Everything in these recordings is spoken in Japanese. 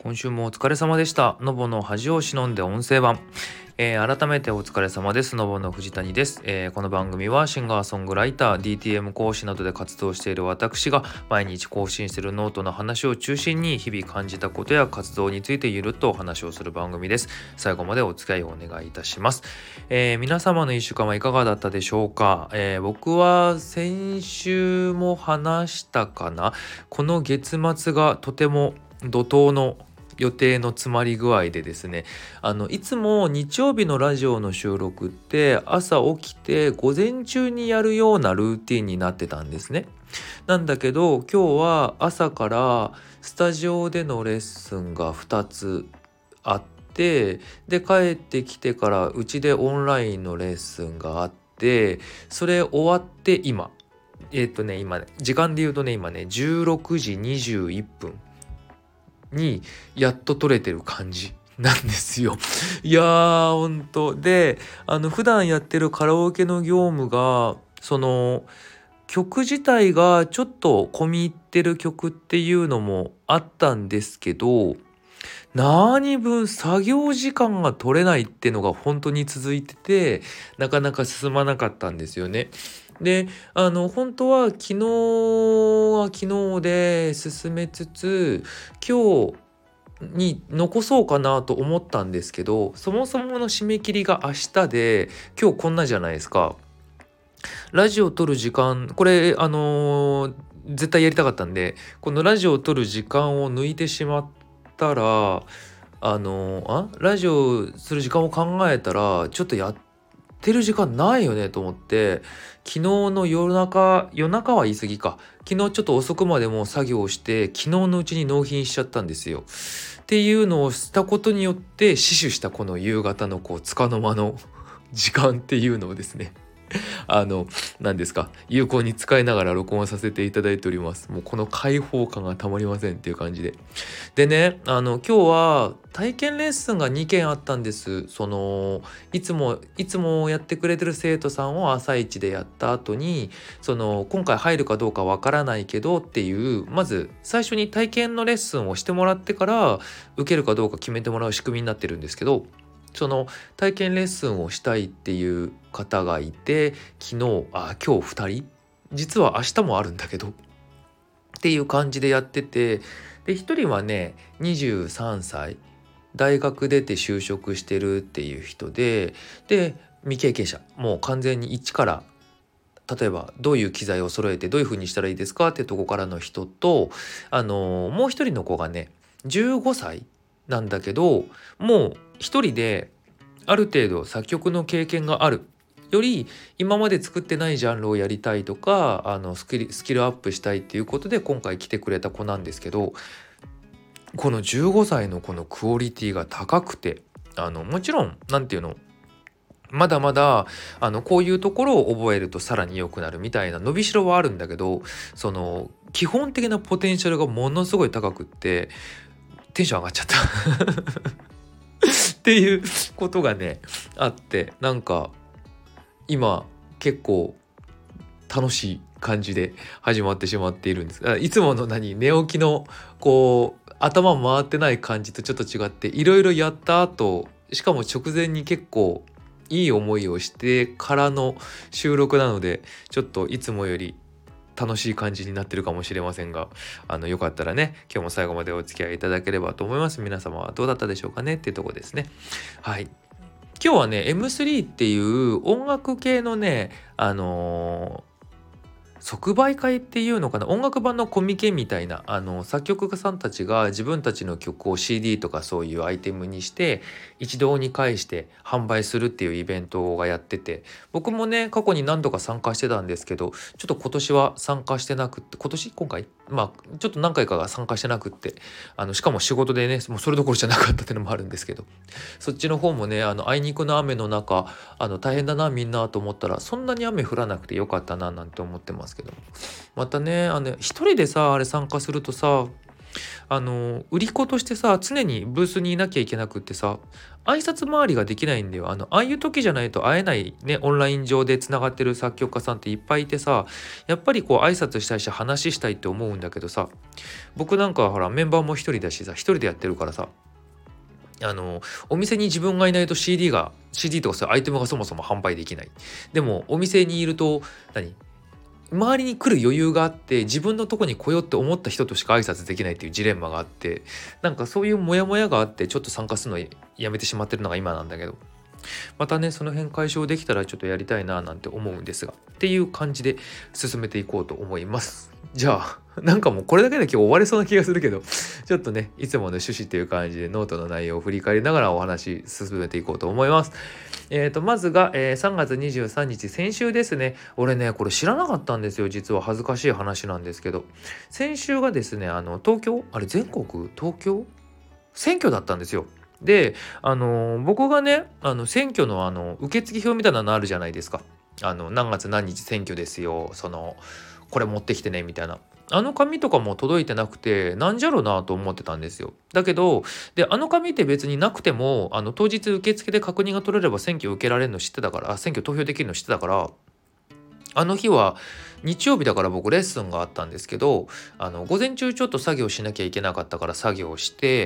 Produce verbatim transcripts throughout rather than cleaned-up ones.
今週もお疲れ様でした。のぼの恥を忍んで音声版、えー改めてお疲れ様です。のぼの藤谷です、えーこの番組はシンガーソングライター ディーティーエム 講師などで活動している私が毎日更新しているノートの話を中心に日々感じたことや活動についてゆるっとお話をする番組です。最後までお付き合いをお願いいたします。えー皆様のいっしゅうかんはいかがだったでしょうか。えー僕は先週も話したかな、この月末がとても怒涛の予定の詰まり具合でですね、あのいつも日曜日のラジオの収録って朝起きて午前中にやるようなルーティンになってたんですね。なんだけど今日は朝からスタジオでのレッスンがふたつあって、で帰ってきてからうちでオンラインのレッスンがあって、それ終わって今えっ、とね今ね時間で言うとね今ねじゅうろくじにじゅういっぷんにやっと撮れてる感じなんですよ。いやーほんとで、あの普段やってるカラオケの業務がその曲自体がちょっと込み入ってる曲っていうのもあったんですけど、何分作業時間が取れないっていうのが本当に続いてて、なかなか進まなかったんですよね。で、あの本当は昨日は昨日で進めつつ今日に残そうかなと思ったんですけど、そもそもの締め切りが明日で今日こんなじゃないですか。ラジオを撮る時間、これあのー絶対やりたかったんで、このラジオを撮る時間を抜いてしまったら、あのーあラジオする時間を考えたらちょっとやってる時間ないよねと思って、昨日の夜中夜中は言い過ぎか、昨日ちょっと遅くまでもう作業をして昨日のうちに納品しちゃったんですよ。っていうのをしたことによって死守したこの夕方のこう束の間の時間っていうのをですね、あの何ですか、有効に使いながら録音させていただいております。もうこの開放感がたまりませんっていう感じで。でね、あの今日は体験レッスンがにけんあったんです。そのいつもいつもやってくれてる生徒さんを朝一でやった後に、その今回入るかどうかわからないけどっていう、まず最初に体験のレッスンをしてもらってから受けるかどうか決めてもらう仕組みになってるんですけど、その体験レッスンをしたいっていう方がいて、昨日あ今日ふたり、実は明日もあるんだけどっていう感じでやってて、でひとりはねにじゅうさんさい、大学出て就職してるっていう人で、で未経験者、もう完全に一から、例えばどういう機材を揃えてどういう風にしたらいいですかってとこからの人と、あのもう一人の子がねじゅうごさいなんだけど、もう一人である程度作曲の経験がある、より今まで作ってないジャンルをやりたいとか、あのスキル、スキルアップしたいっていうことで今回来てくれた子なんですけど、このじゅうごさいのこのクオリティが高くて、あのもちろんなんていうの、まだまだあのこういうところを覚えるとさらに良くなるみたいな伸びしろはあるんだけど、その基本的なポテンシャルがものすごい高くってテンション上がっちゃったっていうことがねあって、なんか今結構楽しい感じで始まってしまっているんですが、いつもの何寝起きのこう頭回ってない感じとちょっと違って、いろいろやった後、しかも直前に結構いい思いをしてからの収録なので、ちょっといつもより楽しい感じになってるかもしれませんが、あのよかったらね今日も最後までお付き合いいただければと思います。皆様はどうだったでしょうかねっていうところですね。はい、今日はね エムスリー っていう音楽系のね、あのー即売会っていうのかな、音楽版のコミケみたいな、あの作曲家さんたちが自分たちの曲を シーディー とかそういうアイテムにして一堂に会して販売するっていうイベントがやってて、僕もね過去に何度か参加してたんですけど、ちょっと今年は参加してなくって、今年今回まあちょっと何回かが参加してなくって、あのしかも仕事でねもうそれどころじゃなかったっていうのもあるんですけど、そっちの方もね、あのあいにくの雨の中、あの大変だなみんなと思ったら、そんなに雨降らなくてよかったななんて思ってますけども、またねあの一人でさあれ参加するとさ、 あの売り子としてさ常にブースにいなきゃいけなくってさ挨拶回りができないんだよ。あのああいう時じゃないと会えないね、オンライン上でつながってる作曲家さんっていっぱいいてさ、やっぱりこう挨拶したいし話したいって思うんだけどさ、僕なんかはほらメンバーも一人だしさ、一人でやってるからさ、あのお店に自分がいないと シーディー が シーディー とかそういうアイテムがそもそも販売できない。でもお店にいると何周りに来る余裕があって自分のとこに来ようって思った人としか挨拶できないっていうジレンマがあって、なんかそういうモヤモヤがあってちょっと参加するのやめてしまってるのが今なんだけど、またねその辺解消できたらちょっとやりたいななんて思うんですが、っていう感じで進めていこうと思います。じゃあなんかもうこれだけで今日終われそうな気がするけど、ちょっとねいつもの趣旨っていう感じでノートの内容を振り返りながらお話進めていこうと思います。えーとまずが、えー、さんがつにじゅうさんにち先週ですね。俺ねこれ知らなかったんですよ、実は。恥ずかしい話なんですけど、先週がですねあの東京あれ全国東京選挙だったんですよ。で、あのー僕がねあの選挙のあの受付表みたいなのあるじゃないですか。あの何月何日選挙ですよ、そのこれ持ってきてねみたいな、あの紙とかも届いてなくてなんじゃろうなと思ってたんですよ。だけどであの紙って別になくてもあの当日受付で確認が取れれば選挙受けられるの知ってたから、あ選挙投票できるの知ってたから、あの日は日曜日だから僕レッスンがあったんですけど、あの午前中ちょっと作業しなきゃいけなかったから作業して、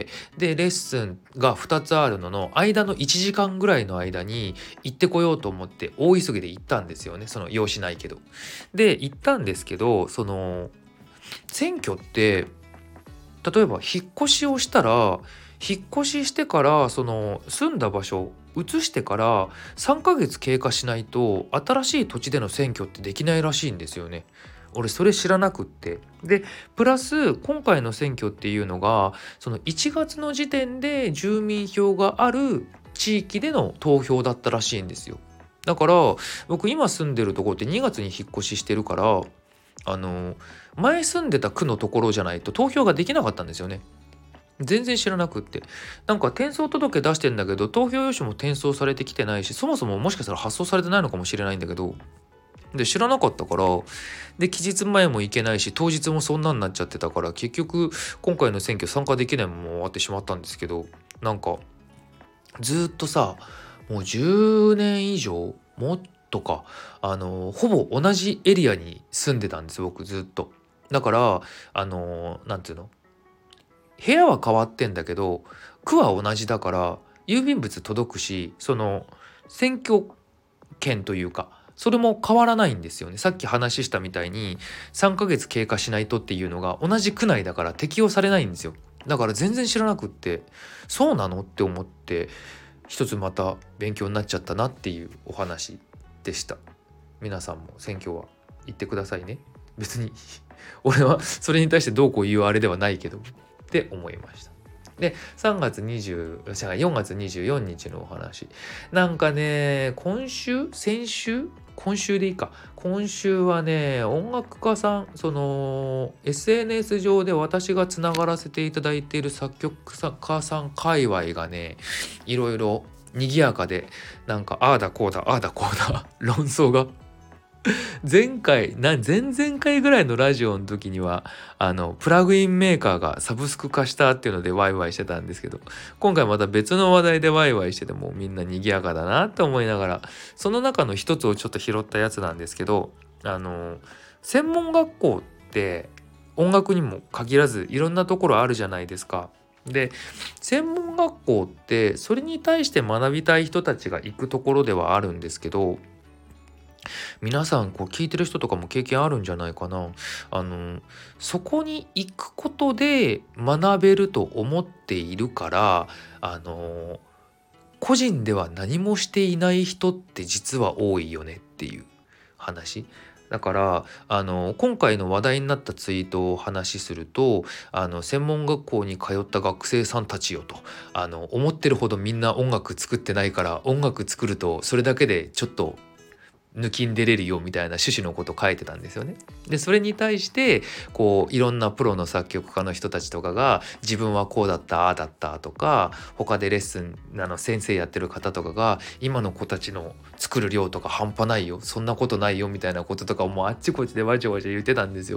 でレッスンがふたつあるのの間のいちじかんぐらいの間に行ってこようと思って大急ぎで行ったんですよね。その用事ないけど。で行ったんですけど、その選挙って例えば引っ越しをしたら、引っ越ししてからその住んだ場所移してからさんかげつ経過しないと新しい土地での選挙ってできないらしいんですよね。俺それ知らなくって。でプラス今回の選挙っていうのがそのいちがつの時点で住民票がある地域での投票だったらしいんですよ。だから僕今住んでるところってにがつに引っ越ししてるから、あの前住んでた区のところじゃないと投票ができなかったんですよね。全然知らなくって、なんか転送届出してんだけど投票用紙も転送されてきてないし、そもそももしかしたら発送されてないのかもしれないんだけど、で知らなかったから、で期日前も行けないし当日もそんなになっちゃってたから、結局今回の選挙参加できないまま終わってしまったんですけど、なんかずっとさもうじゅうねん以上もっとか、あのほぼ同じエリアに住んでたんです僕ずっと。だからあのなんていうの、部屋は変わってんだけど区は同じだから郵便物届くし、その選挙権というかそれも変わらないんですよね。さっき話したみたいにさんかげつ経過しないとっていうのが同じ区内だから適用されないんですよ。だから全然知らなくって、そうなのって思って一つまた勉強になっちゃったなっていうお話でした。皆さんも選挙は行ってくださいね。別に俺はそれに対してどうこう言うあれではないけどって思いました。でさんがつにじゅうよんがつにじゅうよっかのお話、なんかね今週先週今週でいいか今週はね音楽家さん、その エスエヌエス 上で私がつながらせていただいている作曲家さん界隈がねいろいろ賑やかで、なんかああだこうだああだこうだ論争が前回な前々回ぐらいのラジオの時にはあのプラグインメーカーがサブスク化したっていうのでワイワイしてたんですけど、今回また別の話題でワイワイしててもみんな賑やかだなって思いながら、その中の一つをちょっと拾ったやつなんですけど、あの専門学校って音楽にも限らずいろんなところあるじゃないですか。で専門学校ってそれに対して学びたい人たちが行くところではあるんですけど、皆さんこう聞いてる人とかも経験あるんじゃないかな。あのそこに行くことで学べると思っているから、あの個人では何もしていない人って実は多いよねっていう話。だからあの今回の話題になったツイートを話しすると、あの専門学校に通った学生さんたちよと、あの思ってるほどみんな音楽作ってないから、音楽作るとそれだけでちょっと抜きん出れるよみたいな趣旨のこと書いてたんですよね。でそれに対してこういろんなプロの作曲家の人たちとかが自分はこうだったああだったとか、他でレッスンあの先生やってる方とかが今の子たちの作る量とか半端ないよ、そんなことないよみたいなこととかをもうあっちこっちでわちゃわちゃ言ってたんですよ。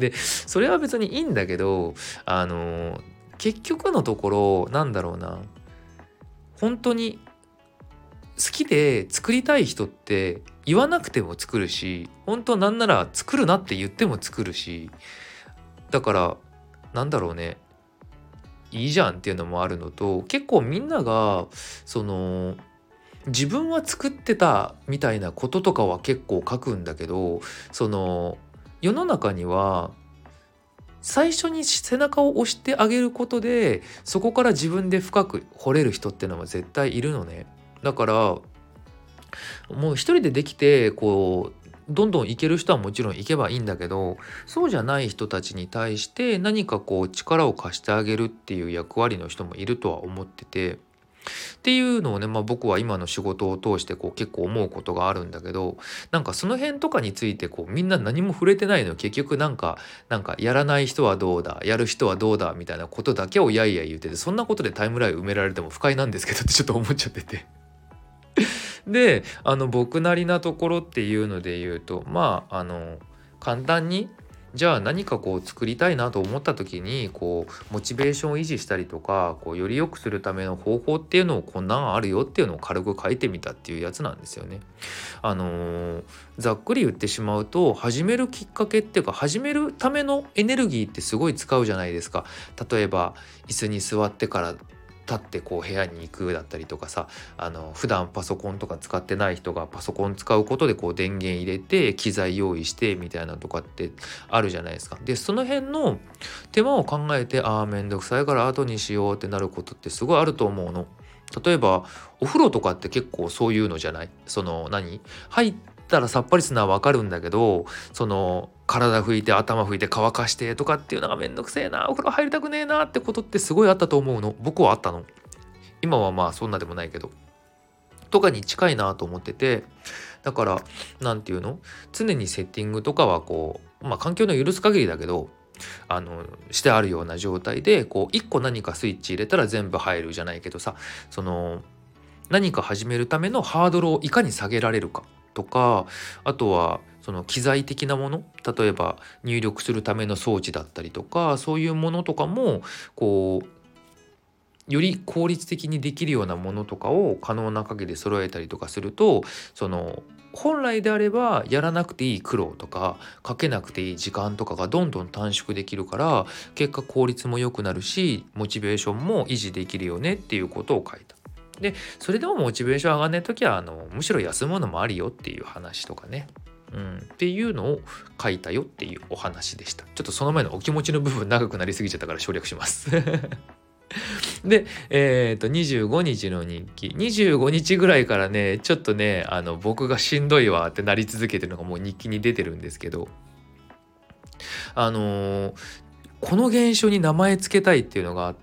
でそれは別にいいんだけど、あの結局のところなんだろうな、本当に好きで作りたい人って言わなくても作るし、本当なんなら作るなって言っても作るし、だからなんだろうね、いいじゃんっていうのもあるのと、結構みんながその自分は作ってたみたいなこととかは結構書くんだけど、その世の中には最初に背中を押してあげることでそこから自分で深く掘れる人ってのは絶対いるのね。だからもう一人でできてこうどんどんいける人はもちろんいけばいいんだけど、そうじゃない人たちに対して何かこう力を貸してあげるっていう役割の人もいるとは思ってて、っていうのをね、まあ、僕は今の仕事を通してこう結構思うことがあるんだけど、なんかその辺とかについてこうみんな何も触れてないの。結局なんかなんかやらない人はどうだ、やる人はどうだみたいなことだけをやいやい言ってて、そんなことでタイムライン埋められても不快なんですけどってちょっと思っちゃっててで、あの僕なりなところっていうので言うと、まああの簡単にじゃあ何かこう作りたいなと思った時にこうモチベーションを維持したりとか、こうより良くするための方法っていうのをこんなんあるよっていうのを軽く書いてみたっていうやつなんですよね。あのーざっくり言ってしまうと、始めるきっかけっていうか始めるためのエネルギーってすごい使うじゃないですか。例えば椅子に座ってから立ってこう部屋に行くだったりとかさ、あの普段パソコンとか使ってない人がパソコン使うことでこう電源入れて機材用意してみたいなとかってあるじゃないですか。でその辺の手間を考えて、ああめんどくさいから後にしようってなることってすごいあると思うの。例えばお風呂とかって結構そういうのじゃない？その何入ったらさっぱりするのはわかるんだけど、その体拭いて頭拭いて乾かしてとかっていうのがめんどくせえな、お風呂入りたくねえなってことってすごいあったと思うの。僕はあったの。今はまあそんなでもないけどとかに近いなと思ってて、だからなんていうの、常にセッティングとかはこうまあ環境の許す限りだけどあのしてあるような状態で、こう一個何かスイッチ入れたら全部入るじゃないけどさ、その何か始めるためのハードルをいかに下げられるかとか、あとはその機材的なもの、例えば入力するための装置だったりとか、そういうものとかもこうより効率的にできるようなものとかを可能な限り揃えたりとかすると、その本来であればやらなくていい苦労とかかけなくていい時間とかがどんどん短縮できるから、結果効率も良くなるしモチベーションも維持できるよねっていうことを書いた。でそれでもモチベーション上がんない時はあのむしろ休むのもありよっていう話とかね、うん、っていうのを書いたよっていうお話でした。ちょっとその前のお気持ちの部分長くなりすぎちゃったから省略しますで、えー、とにじゅうごにちの日記、にじゅうごにちぐらいからねちょっとねあの僕がしんどいわってなり続けてるのがもう日記に出てるんですけど、あのーこの現象に名前つけたいっていうのがあって、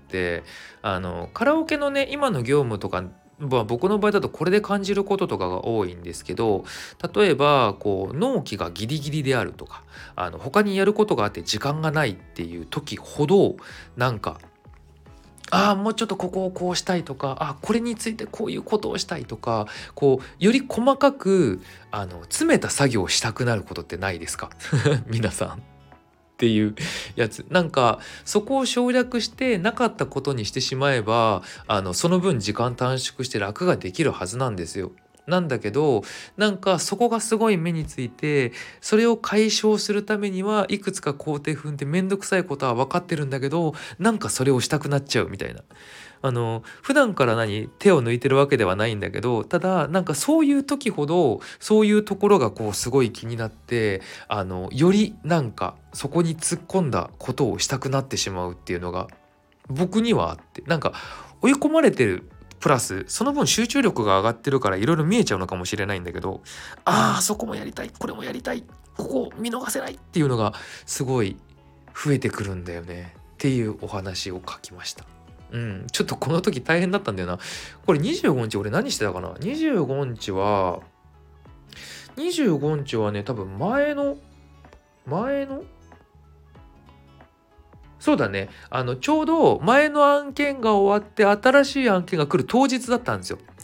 あのカラオケのね今の業務とか、まあ、僕の場合だとこれで感じることとかが多いんですけど、例えばこう納期がギリギリであるとか、あの他にやることがあって時間がないっていう時ほど、なんかああもうちょっとここをこうしたいとか、あこれについてこういうことをしたいとか、こうより細かくあの詰めた作業をしたくなることってないですか皆さんっていうやつ。なんかそこを省略してなかったことにしてしまえば、あのその分時間短縮して楽ができるはずなんですよ。なんだけどなんかそこがすごい目について、それを解消するためにはいくつか工程踏んでめんどくさいことは分かってるんだけど、なんかそれをしたくなっちゃうみたいな。あの普段から何手を抜いてるわけではないんだけど、ただなんかそういう時ほどそういうところがこうすごい気になって、あのよりなんかそこに突っ込んだことをしたくなってしまうっていうのが僕にはあって、なんか追い込まれてるプラスその分集中力が上がってるからいろいろ見えちゃうのかもしれないんだけど、あーそこもやりたい、これもやりたい、ここ見逃せないっていうのがすごい増えてくるんだよねっていうお話を書きました。うん、ちょっとこの時大変だったんだよな。これにじゅうごにち俺何してたかな。にじゅうごにちはにじゅうごにちはね多分前の前のそうだね、あのちょうど前の案件が終わって新しい案件が来る当日だったんですよ。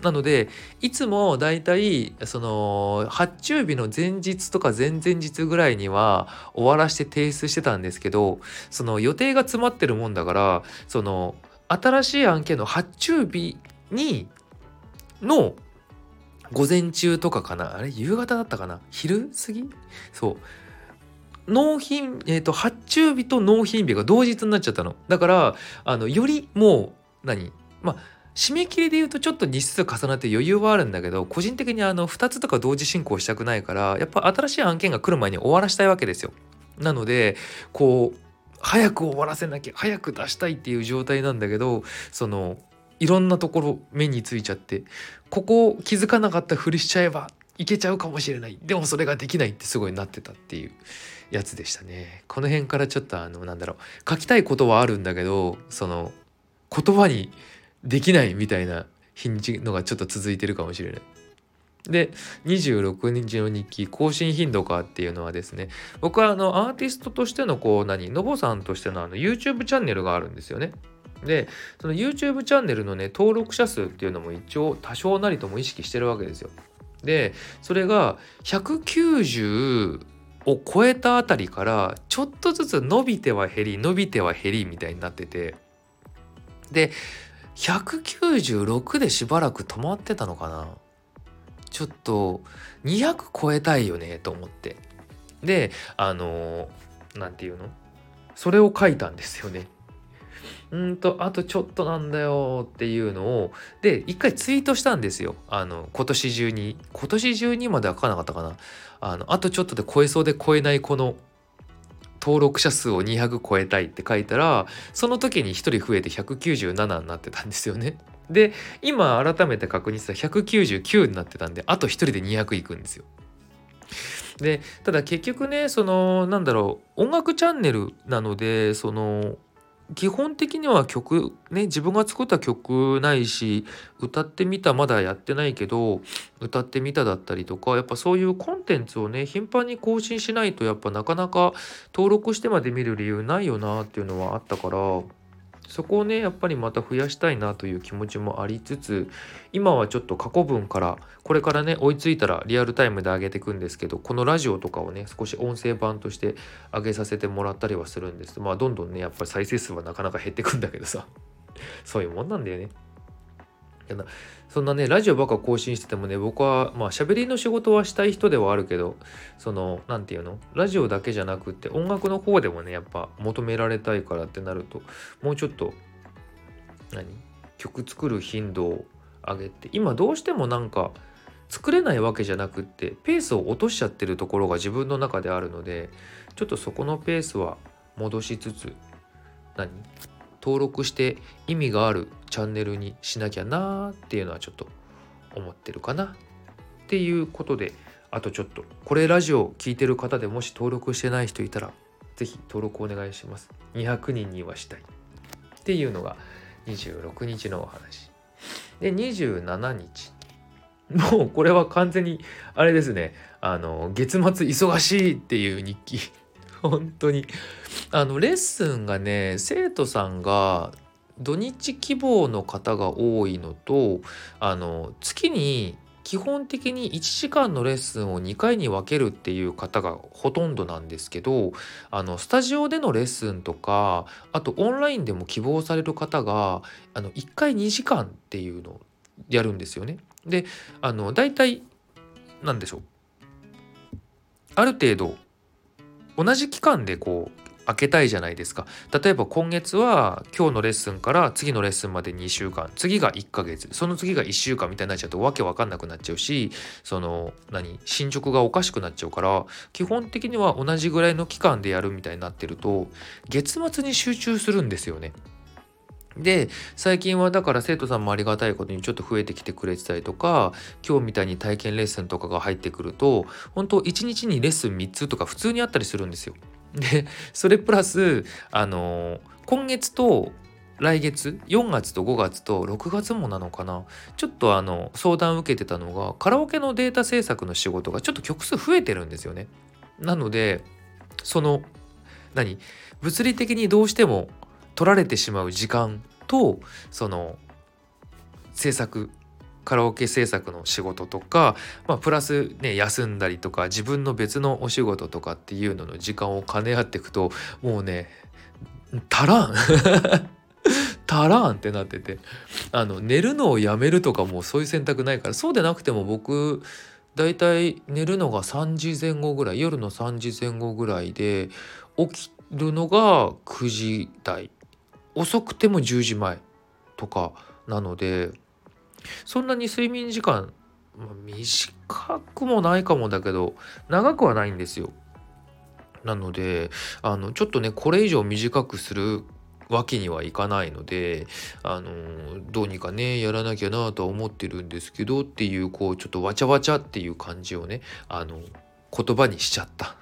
なのでいつもだいたいその発注日の前日とか前々日ぐらいには終わらして提出してたんですけど、その予定が詰まってるもんだから、その新しい案件の発注日にの午前中とかかな、あれ夕方だったかな、昼過ぎ、そう納品、えっ、と発注日と納品日が同日になっちゃったの。だからあのよりもう何まあ締め切りで言うとちょっと日数重なって余裕はあるんだけど、個人的にあのふたつとか同時進行したくないから、やっぱ新しい案件が来る前に終わらしたいわけですよ。なのでこう早く終わらせなきゃ、早く出したいっていう状態なんだけど、そのいろんなところ目についちゃって、ここ気づかなかったふりしちゃえばいけちゃうかもしれない、でもそれができないってすごいなってたっていうやつでしたね。この辺からちょっとあのなんだろう、書きたいことはあるんだけど、その言葉にできないみたいな日にちのがちょっと続いてるかもしれない。でにじゅうろくにちの日記更新頻度かっていうのはですね、僕はあのアーティストとしてのこう何のぼさんとしてのあの YouTube チャンネルがあるんですよね。でその YouTube チャンネルのね登録者数っていうのも一応多少なりとも意識してるわけですよ。でそれがひゃくきゅうじゅうを超えたあたりからちょっとずつ伸びては減り伸びては減りみたいになってて、でひゃくきゅうじゅうろくでしばらく止まってたのかな。ちょっとにひゃく超えたいよねと思って、であのなんていうの、それを書いたんですよね。うんとあとちょっとなんだよっていうのをで一回ツイートしたんですよ。あの今年中に今年中にまでは書かなかったかな。あのあとちょっとで超えそうで超えないこの登録者数をにひゃく超えたいって書いたら、その時にひとり増えてひゃくきゅうじゅうななになってたんですよね。で今改めて確認したらひゃくきゅうじゅうきゅうになってたんで、あとひとりでにひゃくいくんですよ。でただ結局ね、そのなんだろう、音楽チャンネルなので、その基本的には曲ね、自分が作った曲ないし、歌ってみたまだやってないけど歌ってみただったりとか、やっぱそういうコンテンツをね頻繁に更新しないとやっぱなかなか登録してまで見る理由ないよなっていうのはあったから、そこをねやっぱりまた増やしたいなという気持ちもありつつ、今はちょっと過去文からこれからね追いついたらリアルタイムで上げていくんですけど、このラジオとかをね少し音声版として上げさせてもらったりはするんです。まあどんどんねやっぱり再生数はなかなか減ってくんだけどさそういうもんなんだよね。いやなそんなねラジオばっか更新しててもね、僕はまあ喋りの仕事はしたい人ではあるけど、そのなんていうの、ラジオだけじゃなくって音楽の方でもねやっぱ求められたいからってなると、もうちょっと何曲作る頻度を上げて、今どうしてもなんか作れないわけじゃなくってペースを落としちゃってるところが自分の中であるので、ちょっとそこのペースは戻しつつ、何登録して意味があるチャンネルにしなきゃなーっていうのはちょっと思ってるかなっていうことで、あとちょっとこれラジオ聞いてる方でもし登録してない人いたらぜひ登録お願いします。にひゃくにんにはしたいっていうのがにじゅうろくにちのお話で、にじゅうしちにちもうこれは完全にあれですね、あの月末忙しいっていう日記本当にあのレッスンがね、生徒さんが土日希望の方が多いのと、あの月に基本的にいちじかんのレッスンをにかいに分けるっていう方がほとんどなんですけど、あのスタジオでのレッスンとか、あとオンラインでも希望される方があのいっかいにじかんっていうのをやるんですよね。であのだいたいなんでしょう、ある程度同じ期間でこう開けたいじゃないですか。例えば今月は今日のレッスンから次のレッスンまでにしゅうかん、次がいっかげつ、その次がいっしゅうかんみたいになっちゃうとわけわかんなくなっちゃうし、その何進捗がおかしくなっちゃうから、基本的には同じぐらいの期間でやるみたいになってると月末に集中するんですよね。で最近はだから生徒さんもありがたいことにちょっと増えてきてくれてたりとか、今日みたいに体験レッスンとかが入ってくると本当いちにちにレッスンみっつとか普通にあったりするんですよ。でそれプラスあの今月と来月よんがつとごがつとろくがつもなのかな、ちょっとあの相談受けてたのがカラオケのデータ制作の仕事がちょっと曲数増えてるんですよね。なのでその何物理的にどうしても取られてしまう時間とその制作カラオケ制作の仕事とか、まあ、プラスね休んだりとか自分の別のお仕事とかっていうのの時間を兼ね合っていくともうね足らん足らんってなってて、あの寝るのをやめるとかもうそういう選択ないから。そうでなくても僕だいたい寝るのがさんじぜん後ぐらい、夜のさんじぜん後ぐらいで、起きるのがくじ台、遅くてもじゅうじまえとかなので、そんなに睡眠時間、まあ、短くもないかもだけど長くはないんですよ。なのであのちょっとねこれ以上短くするわけにはいかないので、あのどうにかねやらなきゃなとは思ってるんですけどっていう、こうちょっとわちゃわちゃっていう感じをねあの言葉にしちゃった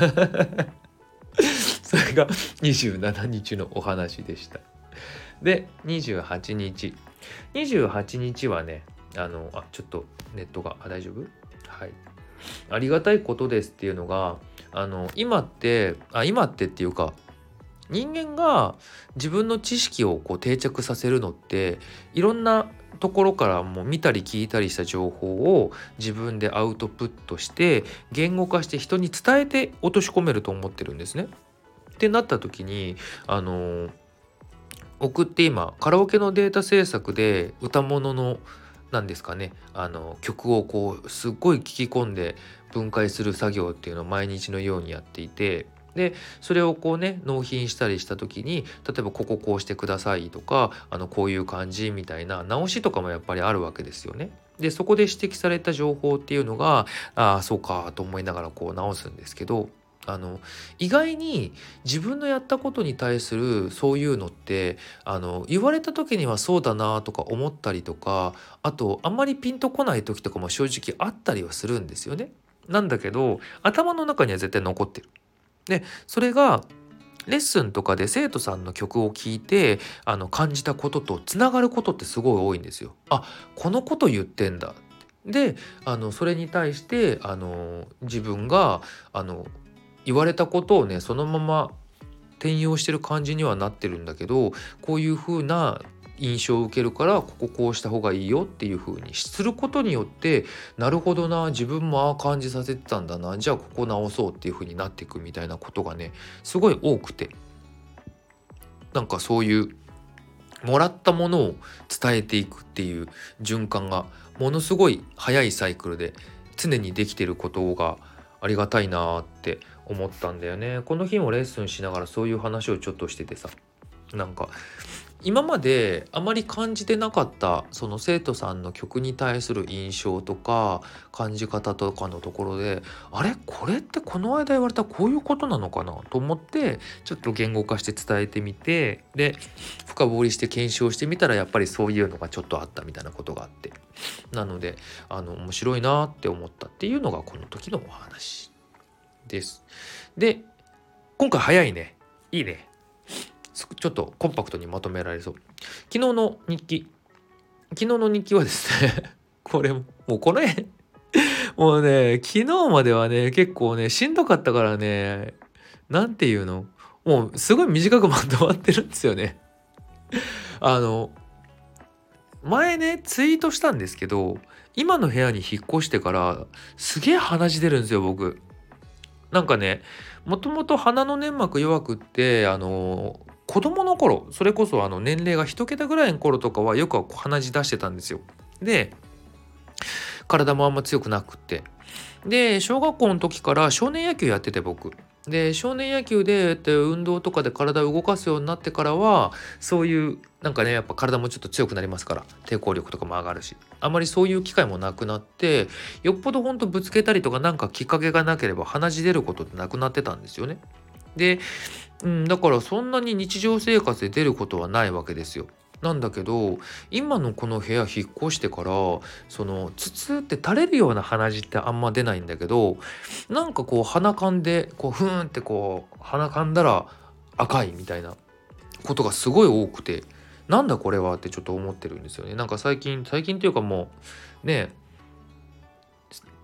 それがにじゅうしちにちのお話でした。でにじゅうはちにちにじゅうはちにちはね、あのあちょっとネットがあ大丈夫？はい、ありがたいことですっていうのが、あの今ってあ今ってっていうか人間が自分の知識をこう定着させるのっていろんなところからも見たり聞いたりした情報を自分でアウトプットして言語化して人に伝えて落とし込めると思ってるんですね。ってなった時にあの僕って今カラオケのデータ制作で歌物のなんですかねあの曲をこうすっごい聞き込んで分解する作業っていうのを毎日のようにやっていて、でそれをこうね納品したりした時に例えばこここうしてくださいとかあのこういう感じみたいな直しとかもやっぱりあるわけですよね。でそこで指摘された情報っていうのがああそうかと思いながらこう直すんですけど、あの意外に自分のやったことに対するそういうのってあの言われた時にはそうだなとか思ったりとか、あとあんまりピンとこない時とかも正直あったりはするんですよね。なんだけど頭の中には絶対残ってる。でそれがレッスンとかで生徒さんの曲を聴いてあの感じたこととつながることってすごい多いんですよ。あ、このこと言ってんだ。であのそれに対してあの自分があの言われたことをねそのまま転用してる感じにはなってるんだけど、こういう風な印象を受けるからこここうした方がいいよっていう風にすることによって、なるほどな自分もああ感じさせてたんだな、じゃあここ直そうっていう風になっていくみたいなことがねすごい多くて、なんかそういうもらったものを伝えていくっていう循環がものすごい早いサイクルで常にできてることがありがたいなって思ったんだよね。この日もレッスンしながらそういう話をちょっとしててさ、なんか今まであまり感じてなかったその生徒さんの曲に対する印象とか感じ方とかのところで、あれこれってこの間言われたこういうことなのかなと思ってちょっと言語化して伝えてみて、で深掘りして検証してみたらやっぱりそういうのがちょっとあったみたいなことがあって、なのであの面白いなって思ったっていうのがこの時のお話です。で今回早いね、いいね、ちょっとコンパクトにまとめられそう。昨日の日記昨日の日記はですねこれもうこの辺もうね昨日まではね結構ねしんどかったからね、なんていうのもうすごい短くまとまってるんですよね。あの前ねツイートしたんですけど、今の部屋に引っ越してからすげえ鼻血出るんですよ僕。なんかねもともと鼻の粘膜弱くって、あの子供の頃それこそあの年齢が一桁ぐらいの頃とかはよく鼻血出してたんですよ。で体もあんま強くなくって、で小学校の時から少年野球やってて僕で少年野球でえっと運動とかで体を動かすようになってからはそういうなんかねやっぱ体もちょっと強くなりますから、抵抗力とかも上がるし、あまりそういう機会もなくなって、よっぽどほんとぶつけたりとかなんかきっかけがなければ鼻血出ることってなくなってたんですよね。で、うん、だからそんなに日常生活で出ることはないわけですよ。なんだけど今のこの部屋引っ越してからそのツツって垂れるような鼻血ってあんま出ないんだけど、なんかこう鼻かんでこうふーんってこう鼻かんだら赤いみたいなことがすごい多くて、なんだこれはってちょっと思ってるんですよね。なんか最近最近っていうかもうね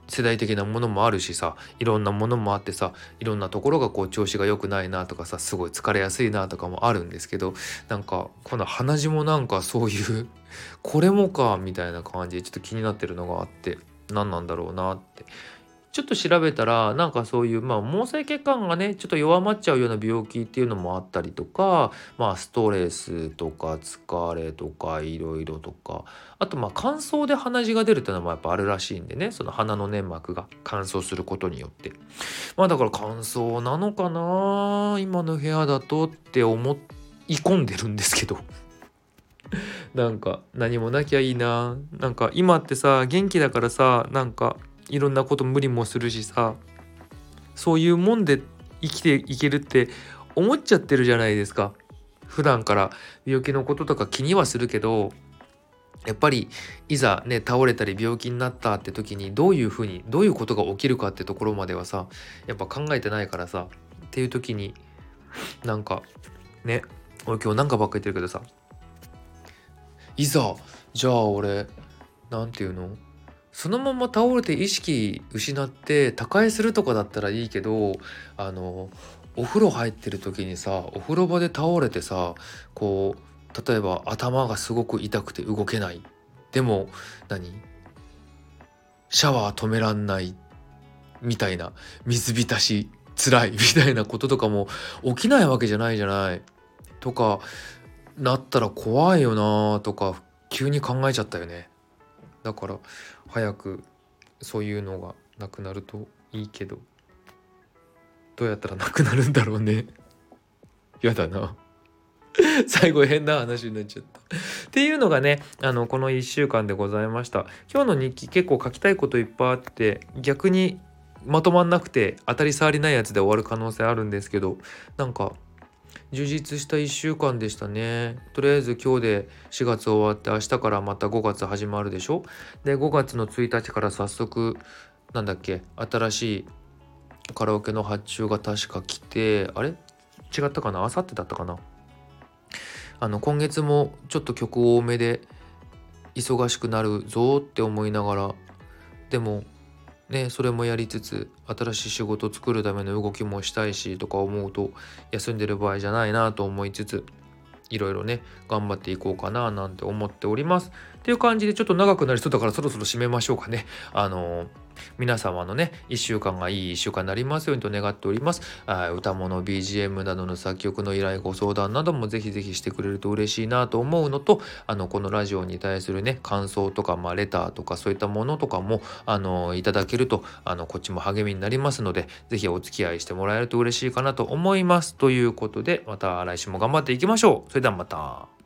世代的なものもあるしさ、いろんなものもあってさ、いろんなところがこう調子が良くないなとかさ、すごい疲れやすいなとかもあるんですけど、なんかこの鼻血もなんかそういうこれもかみたいな感じでちょっと気になってるのがあって、何なんだろうなってちょっと調べたら、なんかそういうまあ毛細血管がねちょっと弱まっちゃうような病気っていうのもあったりとか、まあストレスとか疲れとかいろいろとか、あとまあ乾燥で鼻血が出るっていうのもやっぱあるらしいんでね、その鼻の粘膜が乾燥することによって、まあだから乾燥なのかな今の部屋だとって思い込んでるんですけどなんか何もなきゃいいな。なんか今ってさ元気だからさ、なんかいろんなこと無理もするしさ、そういうもんで生きていけるって思っちゃってるじゃないですか。普段から病気のこととか気にはするけど、やっぱりいざね倒れたり病気になったって時にどういうふうにどういうことが起きるかってところまではさやっぱ考えてないからさ、っていう時になんかね、俺今日なんかばっか言ってるけどさ、いざじゃあ俺なんていうの、そのまま倒れて意識失って他界するとかだったらいいけど、あのお風呂入ってる時にさお風呂場で倒れてさ、こう例えば頭がすごく痛くて動けない、でも何シャワー止めらんないみたいな、水浸し辛いみたいなこととかも起きないわけじゃないじゃないとかなったら怖いよなとか急に考えちゃったよね。だから早くそういうのがなくなるといいけど、どうやったらなくなるんだろうねやだな最後変な話になっちゃったっていうのがね、あのこのいっしゅうかんでございました。今日の日記結構書きたいこといっぱいあって、逆にまとまんなくて当たり障りないやつで終わる可能性あるんですけど、なんか充実したいっしゅうかんでしたね。とりあえず今日でしがつ終わって明日からまたごがつ始まるでしょ。でごがつのついたちから早速なんだっけ新しいカラオケの発注が確か来て、あれ違ったかな、あさってだったかな。あの今月もちょっと曲多めで忙しくなるぞって思いながら、でもねそれもやりつつ新しい仕事作るための動きもしたいしとか思うと休んでる場合じゃないなと思いつつ、いろいろね頑張っていこうかななんて思っておりますっていう感じで、ちょっと長くなりそうだからそろそろ締めましょうかね。あのー皆様のねいっしゅうかんがいいいっしゅうかんになりますようにと願っております。あ歌物 ビージーエム などの作曲の依頼ご相談などもぜひぜひしてくれると嬉しいなと思うのと、あのこのラジオに対するね感想とか、まあ、レターとかそういったものとかもあのいただけるとあのこっちも励みになりますので、ぜひお付き合いしてもらえると嬉しいかなと思います。ということでまた来週も頑張っていきましょう。それではまた。